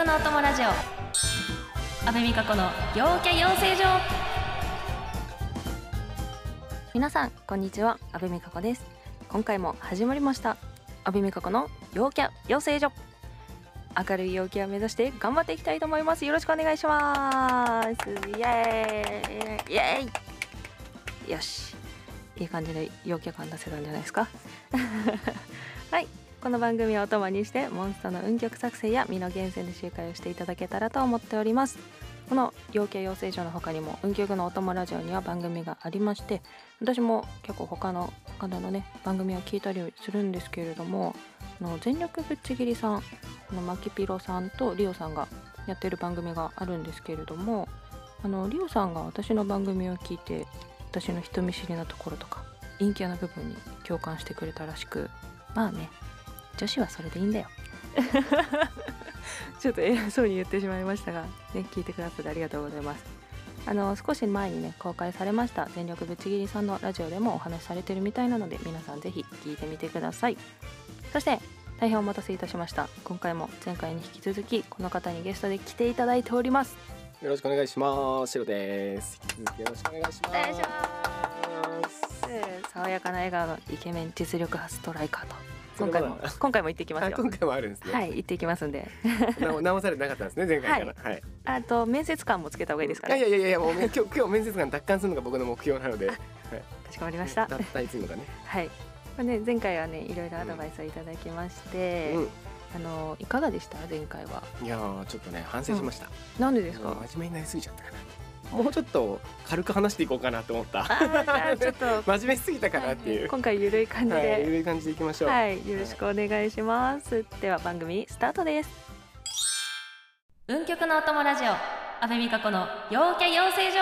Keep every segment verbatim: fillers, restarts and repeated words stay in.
曲のお供ラジオ、阿部美香子の陽キャ養成所。皆さんこんにちは、阿部美香子です。今回も始まりました阿部美香子の陽キャ養成所。明るい陽キャを目指して頑張っていきたいと思います。よろしくお願いします。イエーイイエーイ。よし、いい感じで陽キャ感出せたんじゃないですかはい、この番組をお供にしてモンストの運曲作成や身の源泉で集会をしていただけたらと思っております。この陽キャ養成所の他にも運曲のお供ラジオには番組がありまして、私も結構他の方のね番組を聞いたりするんですけれども、あの全力ぶっちぎりさん、あのマキピロさんとリオさんがやってる番組があるんですけれども、あのリオさんが私の番組を聞いて私の人見知りなところとか陰キャな部分に共感してくれたらしく、まあね、女子はそれでいいんだよちょっと偉そうに言ってしまいましたが、ね、聞いてくださってありがとうございます。あの少し前にね公開されました全力ぶっちぎりさんのラジオでもお話しされてるみたいなので、皆さんぜひ聞いてみてください。そして大変お待たせいたしました。今回も前回に引き続きこの方にゲストで来ていただいております。 よろしくお願いします。シロです。引き続きよろしくお願いします。 お願いします。爽やかな笑顔のイケメン実力派ストライカーと今回も今回も行ってきますよ。 今回もあるんですね。 はい、行ってきますんで直されてなかったんですね、前回から。はい、はい、 あと面接官もつけた方がいいですかね。 いやいやいやいや、もう今日今日面接官奪還するのが僕の目標なので、はい、 かしこまりました。 脱退するのがねはい、まあね、前回はねいろいろアドバイスをいただきまして、うん、あのいかがでした前回は。 いやーちょっとね反省しました、 うん、なんでですか。 真面目になりすぎちゃったかな。もうちょっと軽く話していこうかなと思った。 あちょっと真面目すぎたかなっていう、はい、 今回ゆるい感じで、はい、 ゆるい感じでいきましょう。 はい、よろしくお願いします、はい、では番組スタートです。運曲のお供ラジオ、阿部美香子の陽キャ養成所。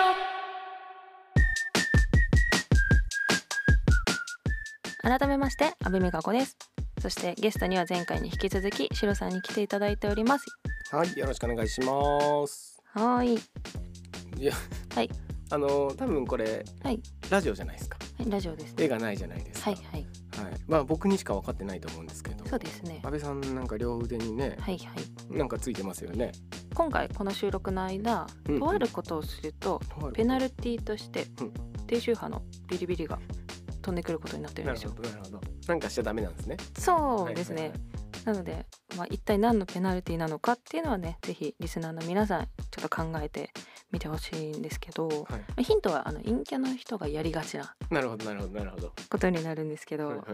改めまして阿部美香子です。そしてゲストには前回に引き続きシロさんに来ていただいております。 はい、よろしくお願いします。 はい。 いや、はい、あの多分これ、はい、ラジオじゃないですか。 はい、ラジオです、ね、 絵がないじゃないですか。 はいはい、 はい、まあ僕にしか分かってないと思うんですけど。 そうですね。 安倍さんなんか両腕にね、 はいはい、 なんかついてますよね。 今回この収録の間、うんうん、とあることをするとペナルティとして、うん、低周波のビリビリが飛んでくることになってるんですよ。 なるほどなるほど。なんかしちゃダメなんですね。 そうですね、はいはいはい、なので、まあ、一体何のペナルティなのかっていうのはね、ぜひリスナーの皆さんちょっと考えてみてほしいんですけど、はい、まあ、ヒントはあの陰キャの人がやりがちななるほどなるほどなるほどことになるんですけど、はいはい、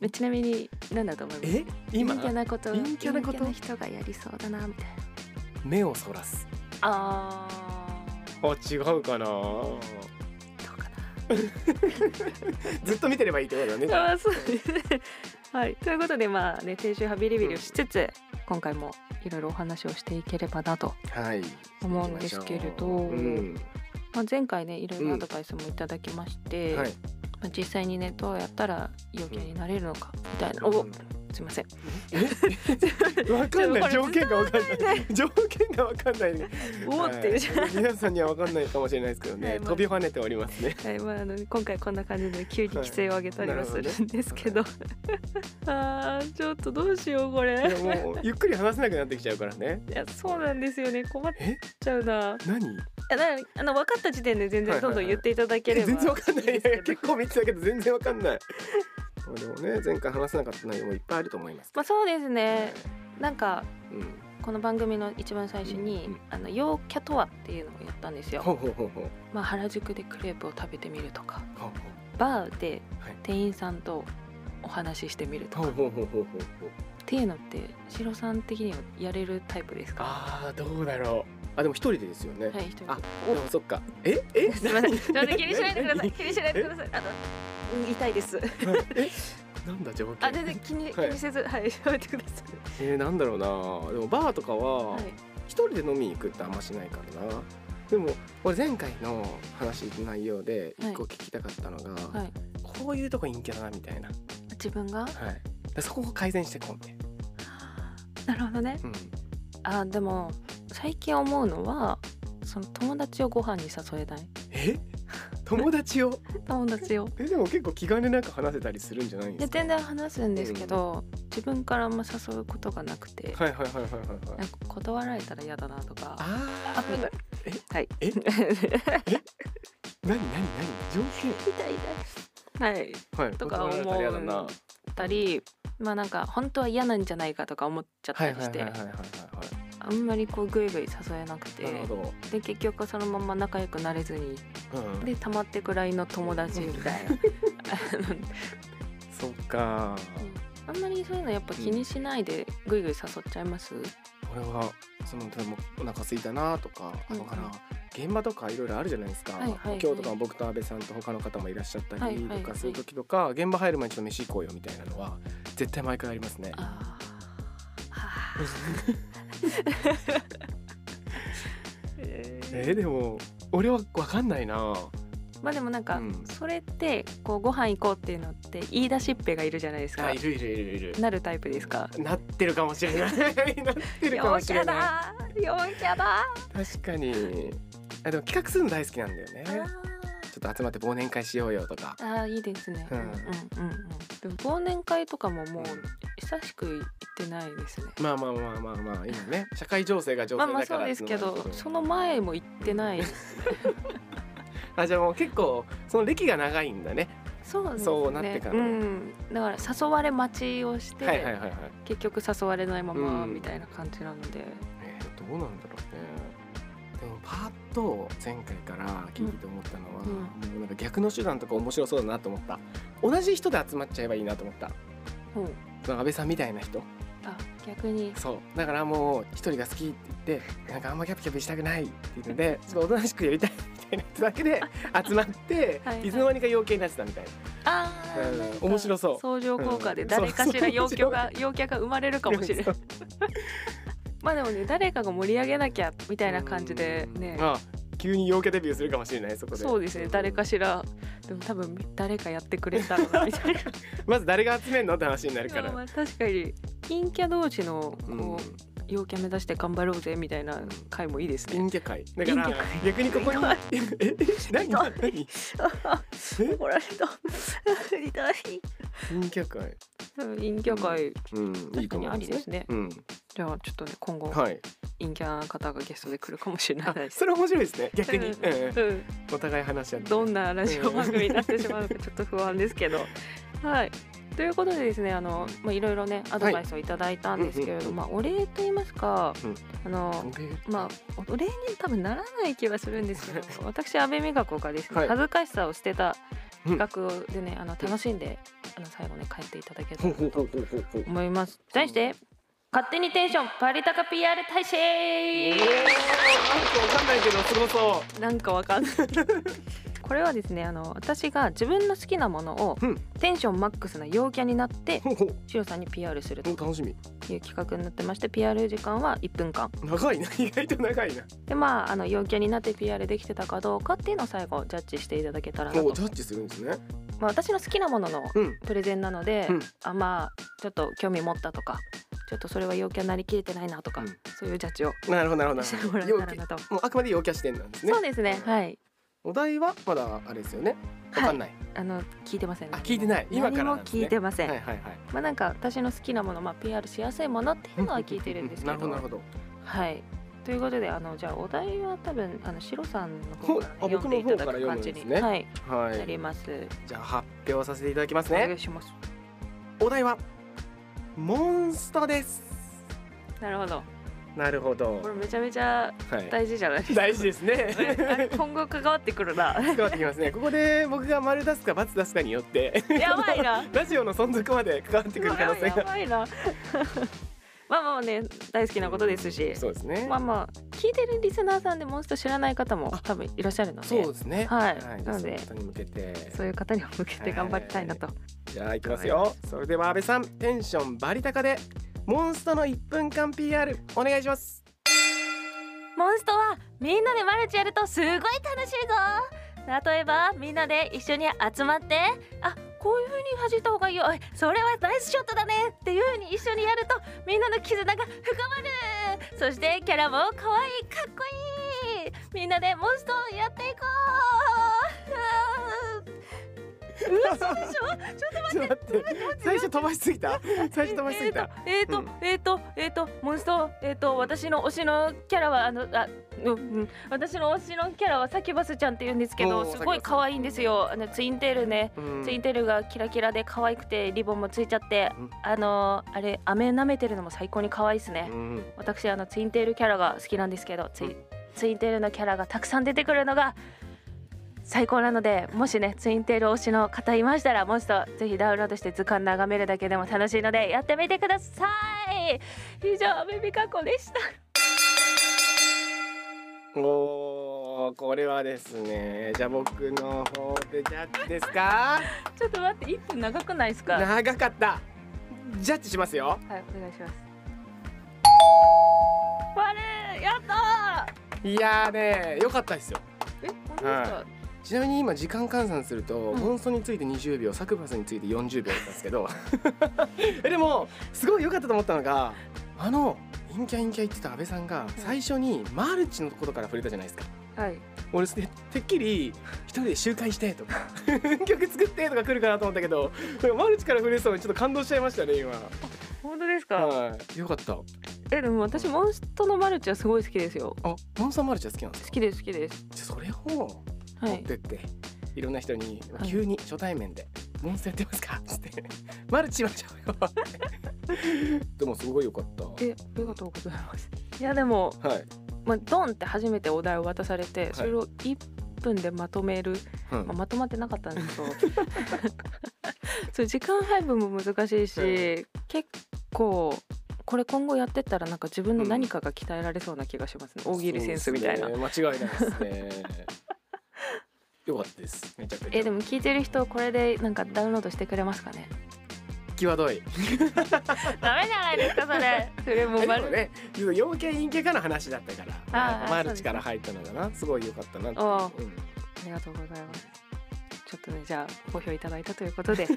ちなみに何だと思います？ え今陰キャなこと陰キャなこと陰キャな人がやりそうだなみたいな。 目をそらす。 あーあ、違うかな。どうかなずっと見てればいいってことだね。 あ、そうですねはい、ということでまあね、低周波ビリビリをしつつ、うん、今回もいろいろお話をしていければなと思うんですけれど、はい、うん、まあ、前回ねいろいろアドバイスもいただきまして、うん、はい、まあ、実際にねどうやったら陽キャになれるのかみたいな、うん、おすいませんわかんない、条件がわかんない条件がわかんないねおっていうじゃん、 はい、皆さんにはわかんないかもしれないですけどね、はい、まあ、飛び跳ねておりますね。 はい、まあ、あの今回こんな感じで急に規制を上げたりはするんですけど、はい、あーちょっとどうしようこれ。 いやもうゆっくり話せなくなってきちゃうからね。 いやそうなんですよね、困っちゃうな。 何？ いやだあの分かった時点で全然どんどん言っていただければ、 はいはいはい、全然わかんない結構見てたけど全然わかんないでもね、前回話せなかった内容もいっぱいあると思います。 まあそうですね、なんか、うん、この番組の一番最初に、うんうん、あの陽キャとはっていうのをやったんですよ。ほうほうほうほう、まあ、原宿でクレープを食べてみるとか、ほうほう、バーで店員さんとお話ししてみるとか、ほうほうほうほうほうっていうのってシロさん的にはやれるタイプですか？ あーどうだろう。あ、でも一人でですよね。 はい、一人で。 あ、でもそっか。ええすみません、ちょっと気にしないでください気にしないでください。あの痛いです。 えなんだ条件。 あ、全然気に、気にせず、はい、喋ってください。 えー、なんだろうな。でもバーとかは一人で飲みに行くってあんましないからな。でも俺前回の話の内容で一個聞きたかったのが、はい、こういうとこ陰キャだなみたいな。 自分が？はい。 そこを改善してこうみたいな。なるほどね。うん、あ、でも最近思うのはその友達をご飯に誘えない。 え？ 友達を友達をえでも結構気兼ねなく話せたりするんじゃないんですか？ 全然話すんですけど、うん、自分からあんま誘うことがなくて、 はいはいはいはいはい、はい、 なんか断られたら嫌だなとか。 ああえはいええ何何何条件痛い痛いはい、はい、とか思ったり、まあなんか本当は嫌なんじゃないかとか思っちゃったりして、あんまりこうグイグイ誘えなくて、で結局そのまま仲良くなれずに、うん、で溜まってくらいの友達みたいなそっか、 うん、あんまりそういうのやっぱ気にしないでグイグイ誘っちゃいます？ 俺はそのでもお腹空いたなとか、うんうん、かな現場とかいろいろあるじゃないですか、はいはいはい、今日とか僕と安倍さんと他の方もいらっしゃったりとかする時とか、はいはいはい、現場入る前にちょっと飯行こうよみたいなのは絶対毎回ありますね。あえー、でも俺は分かんないな。 まあでもなんか、うん、それってこうご飯行こうっていうのって言い出しっぺがいるじゃないですか。 あ、いるいるいるいる。 なるタイプですか？ なってるかもしれないなってるかもしれない。 陽キャだ。 確かに。あ、でも企画するの大好きなんだよね。ちょっと集まって忘年会しようよとか。 ああ、いいですね、うん、うんうんうん。でも忘年会とかももう久しく行ってないですね。 まあまあまあまあまあ今ね社会情勢が情勢だから。まあまあそうですけど、その前も行ってないですあ、じゃあもう結構その歴が長いんだね。 そうですね。 そうなってから、うん、 だから誘われ待ちをして、 はいはいはいはい、 結局誘われないままみたいな感じなので、うん、 えー、どうなんだろうね。でもパッと前回から聞いてて思ったのは、うん、もうなんか逆の手段とか面白そうだなと思った。同じ人で集まっちゃえばいいなと思った。うん、その安倍さんみたいな人。 あ、逆に。 そうだからもう一人が好きって言ってなんかあんまキャピキャピしたくないっていうのでちょっとおとなしくやりたいみたいな人だけで集まってはい、はい、いつの間にか陽キャになってたみたいな。あー、うん、面白そう。 相乗効果で誰かしら陽キャが、陽キャが生まれるかもしれないまあでもね、誰かが盛り上げなきゃみたいな感じでね、 ああ急に陽キャデビューするかもしれない。そこでそうですね、誰かしら。でも多分誰かやってくれたのかみたいなまず誰が集めるのって話になるから。 まあ確かに陰キャ同士のこう、うん、陽キャ目指して頑張ろうぜみたいな回もいいですね。 陰キャ会だから逆にここにえ何何怒られた痛い陰キャ会陰キャ会、 うん、確かにありですね、うん、じゃあちょっとね今後、はい、陰キャ方がゲストで来るかもしれないです。 それ面白いですね逆に、うんうん、 お互い話し合ってどんなラジオ番組になってしまうのかちょっと不安ですけどはいということでですね、あの、まあ、いろいろねアドバイスをいただいたんですけれども、はい、まあ、お礼と言いますか、うん、あのまあお礼に多分ならない気はするんですけど私阿部美香子がですね、はい、恥ずかしさを捨てた企画でね、うん、あの楽しんであの最後ね帰っていただけたらと思います。題して勝手にテンションパリタカ ピーアール 大使。 なんかわかんないけどすごそう。 なんかわかんないこれはですね、あの私が自分の好きなものを、うん、テンションマックスな陽キャになってシロさんに ピーアール するという企画になってまして、 ピーアール 時間はいっぷんかん。 長いな、意外と長いな。 でまああの陽キャになって ピーアール できてたかどうかっていうのを最後ジャッジしていただけたらなと。 ジャッジするんですね。 まあ、私の好きなもののプレゼンなので、うん、あまあちょっと興味持ったとかちょっとそれは陽キャになりきれてないなとか、うん、そういうジャッジをなるほどなるほどしてもらえたらなと。 もうあくまで陽キャ視点なんですね。 そうですね、はい。 お題はまだあれですよね。わかんない。はい、あの聞いてません、ね。 あ、聞いてない。今からなんですね。何も聞いてません。はいはいはい。まあなんか私の好きなもの、まあ ピーアール しやすいものっていうのは聞いてるんですけど。なるほどなるほど。はい。ということで、あのじゃあお題は多分あのシロさんの方から読んでいただく感じに、ね、はい、はい、なります。 じゃあ発表させていただきますね。 お願いします。 お題はモンストです。 なるほど。 なるほど。 これめちゃめちゃ大事じゃないですか。はい、大事ですね。 今後関わってくるな。 関わってきますね。ここで僕が丸出すか×出すかによってやばいな。 ラジオの存続まで関わってくる可能性が。 やばいな。まあまあね、大好きなことですし、 そうですね。 まあまあ聞いてるリスナーさんでモンスト知らない方も多分いらっしゃるので、 そうですね。 はい。はい、なのでそういう方に向けて、 そういう方に向けて頑張りたいなと。 じゃあいきますよ。それでは安倍さん、テンションバリ高でモンストのいっぷんかん ピーアール お願いします。 モンストはみんなでマルチやるとすごい楽しいぞ。例えばみんなで一緒に集まって、あ、こういう風に弾いた方がいいよ、それはナイスショットだねっていう風に一緒にやるとみんなの絆が深まる。そしてキャラも可愛い、かっこいい。 みんなでモンストやっていこう。嘘でしょ。ちょっと待って最初飛ばしすぎた最初飛ばしすぎたえーとえーとえーとモンストえーと私の推しのキャラはあのあうんうん私の推しのキャラはサキュバスちゃんって言うんですけど、すごい可愛いんですよ。あのツインテールね、ツインテールがキラキラで可愛くてリボンもついちゃって、あのあれ飴舐めてるのも最高に可愛いですね。私あのツインテールキャラが好きなんですけど、ツイツインテールのキャラがたくさん出てくるのが最高なので、もしねツインテール推しの方いましたらモンストぜひダウンロードして図鑑眺めるだけでも楽しいのでやってみてください。以上ベビカコでした。 おー、これはですね、じゃあ僕の方でジャッジですか。 ちょっと待って、いっぷん長くないですか。 長かった。ジャッジしますよ。 はい、お願いします。あれやったー。いやーね、良かったですよ。 え、本当ですか。はい、 ちなみに今時間換算すると、うん、モンストについてにじゅうびょう、サクバスについてよんじゅうびょうだったんですけどえでもすごい良かったと思ったのが、あの陰キャ陰キャ言ってた安倍さんが最初にマルチのことから触れたじゃないですか。はい、俺ててっきり一人で集会してとか曲作ってとか来るかなと思ったけど、マルチから触れそうにちょっと感動しちゃいましたね今。 本当ですか。 はい、よかった。 えでも私モンストのマルチはすごい好きですよ。 あ、モンストマルチは好きなんですか。 好きです好きです。 じゃそれを持ってって、はい、いろんな人に急に初対面で、はい、モンストやってますかってマルチはちゃうよでもすごいよかった。 え、ありがとうございます。いやでも、はい、まあ、ドンって初めてお題を渡されて、はい、それをいっぷんでまとめる、うん、まあ、まとまってなかったんですけどそう時間配分も難しいし、うん、結構これ今後やってったらなんか自分の何かが鍛えられそうな気がしますね、うん、大喜利センスみたいな、 ね、間違いないですねよかったです。めちゃくちゃ。 えでも聞いてる人これでなんかダウンロードしてくれますかね。 際どいダメじゃないですかそれ。それもまるね、陽キャ陰キャかの話だったからマルチから入ったのがな、すごい良かったなって、うん、ありがとうございます。ちょっとねじゃあ好評いただいたということで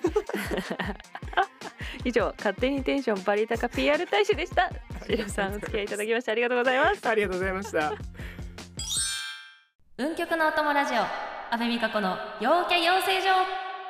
以上勝手にテンションバリ高 ピーアール 大使でした。シロさんお付き合いいただきましてありがとうございます。 ありがとうございました。 運極のお供ラジオ、阿部美香子の陽キャ養成所。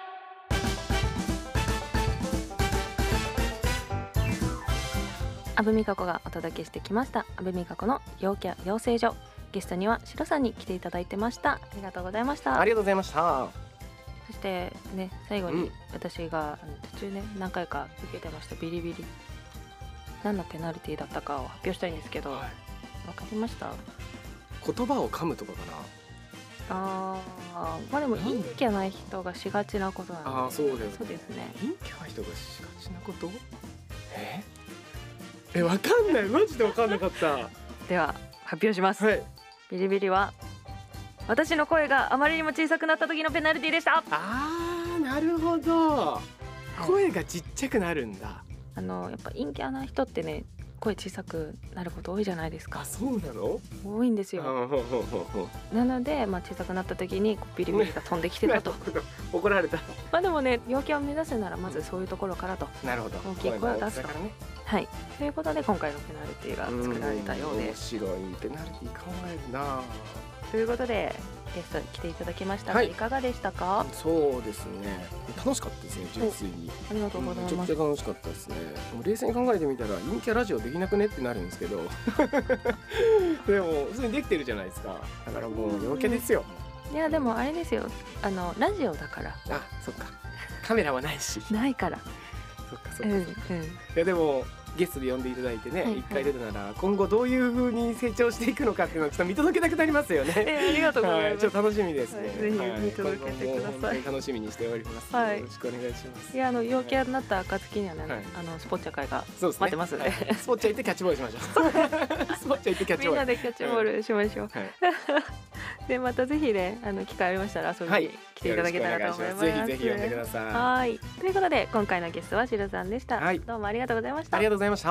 阿部美香子がお届けしてきました阿部美香子の陽キャ養成所。ゲストにはシロさんに来ていただいてました。ありがとうございました。 ありがとうございました。 そしてね最後に私が、うん、途中ね何回か受けてましたビリビリ、何のペナルティだったかを発表したいんですけど、はい、分かりました。 言葉を噛むとかかな。 あーまあでも陰キャな人がしがちなことなんで。 あーそうです、 そうですね。 陰キャな人がしがちなこと、ええ分かんない、マジで分かんなかったでは発表します、はい、ビリビリは私の声があまりにも小さくなった時のペナルティでした。 あーなるほど、はい、声がちっちゃくなるんだ。 あのやっぱ陰キャな人ってね声小さくなること多いじゃないですか。 あ、そうなの？ 多いんですよ。なので、まあ、小さくなった時にビリビリが飛んできてたと怒られた。 まあでもね陽キャを目指すならまずそういうところからと、 うん、なるほど、 大きい声を出すと、ね、はいということで今回のペナルティが作られたようで、 面白いペナルティ考えるな。 ということでゲストに来ていただきましたが、はい、いかがでしたか？ そうですね、楽しかったですね、純粋に。 ありがとうございます。 めちゃくちゃ楽しかったですね。もう冷静に考えてみたら陰キャラジオできなくねってなるんですけどでも普通にできてるじゃないですか。だからもう陽キャですよ。 いやでもあれですよ、あのラジオだから。 あ、そっか、カメラはないしないから。 そっかそっか、うんうん、いやでもゲストで呼んでいただいてね、はいはい、いっかい出たなら今後どういう風に成長していくのかっていうのをちょっと見届けたくなりますよね。 えー、ありがとうございます、はい、 ちょっと楽しみですね、 はい、ぜひ見届けてください。 本当に楽しみにしております、はい、よろしくお願いします。 いやあの陽キャになった暁にはね、はい、あのスポッチャ会が待ってますので、はい、 スポッチャ行ってキャッチボールしましょうスポッチャ行ってキャッチボール、みんなでキャッチボールしましょう、はい、でまたぜひねあの機会ありましたら遊びに来ていただけたらと思います、 はい、ぜひぜひ呼んでください。 はいということで今回のゲストはシロさんでした、はい、どうもありがとうございました。 ありがとうございました。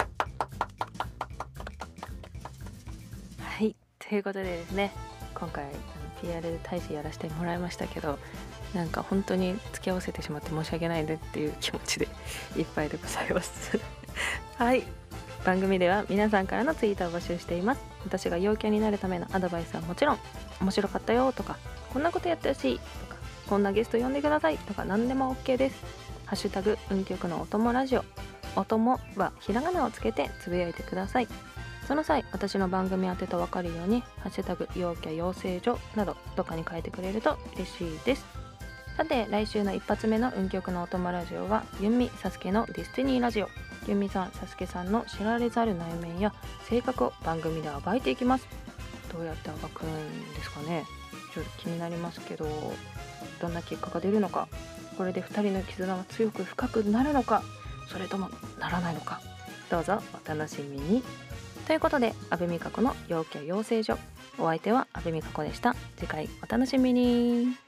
はい、ということでですね、今回あの ピーアール 大使やらせてもらいましたけど、なんか本当に付き合わせてしまって申し訳ないねっていう気持ちでいっぱいでございますはい、 番組では皆さんからのツイートを募集しています。私が陽キャになるためのアドバイスはもちろん、面白かったよとか、こんなことやってほしいとか、こんなゲスト呼んでくださいとか、何でも OK です。ハッシュタグ運極のおともラジオ、おともはひらがなをつけてつぶやいてください。その際、私の番組宛てと分かるようにハッシュタグ陽キャ養成所などどっかに書いてくれると嬉しいです。さて、来週の一発目の運極のおともラジオはユンミサスケのディスティニーラジオ。ユンミさん、サスケさんの知られざる内面や性格を番組で暴いていきます。どうやって暴くんですかね。ちょっと気になりますけど、どんな結果が出るのか、これでふたりの絆は強く深くなるのか、それともならないのか、どうぞお楽しみに。ということで、阿部美香子の陽キャ養成所、お相手は阿部美香子でした。次回お楽しみに。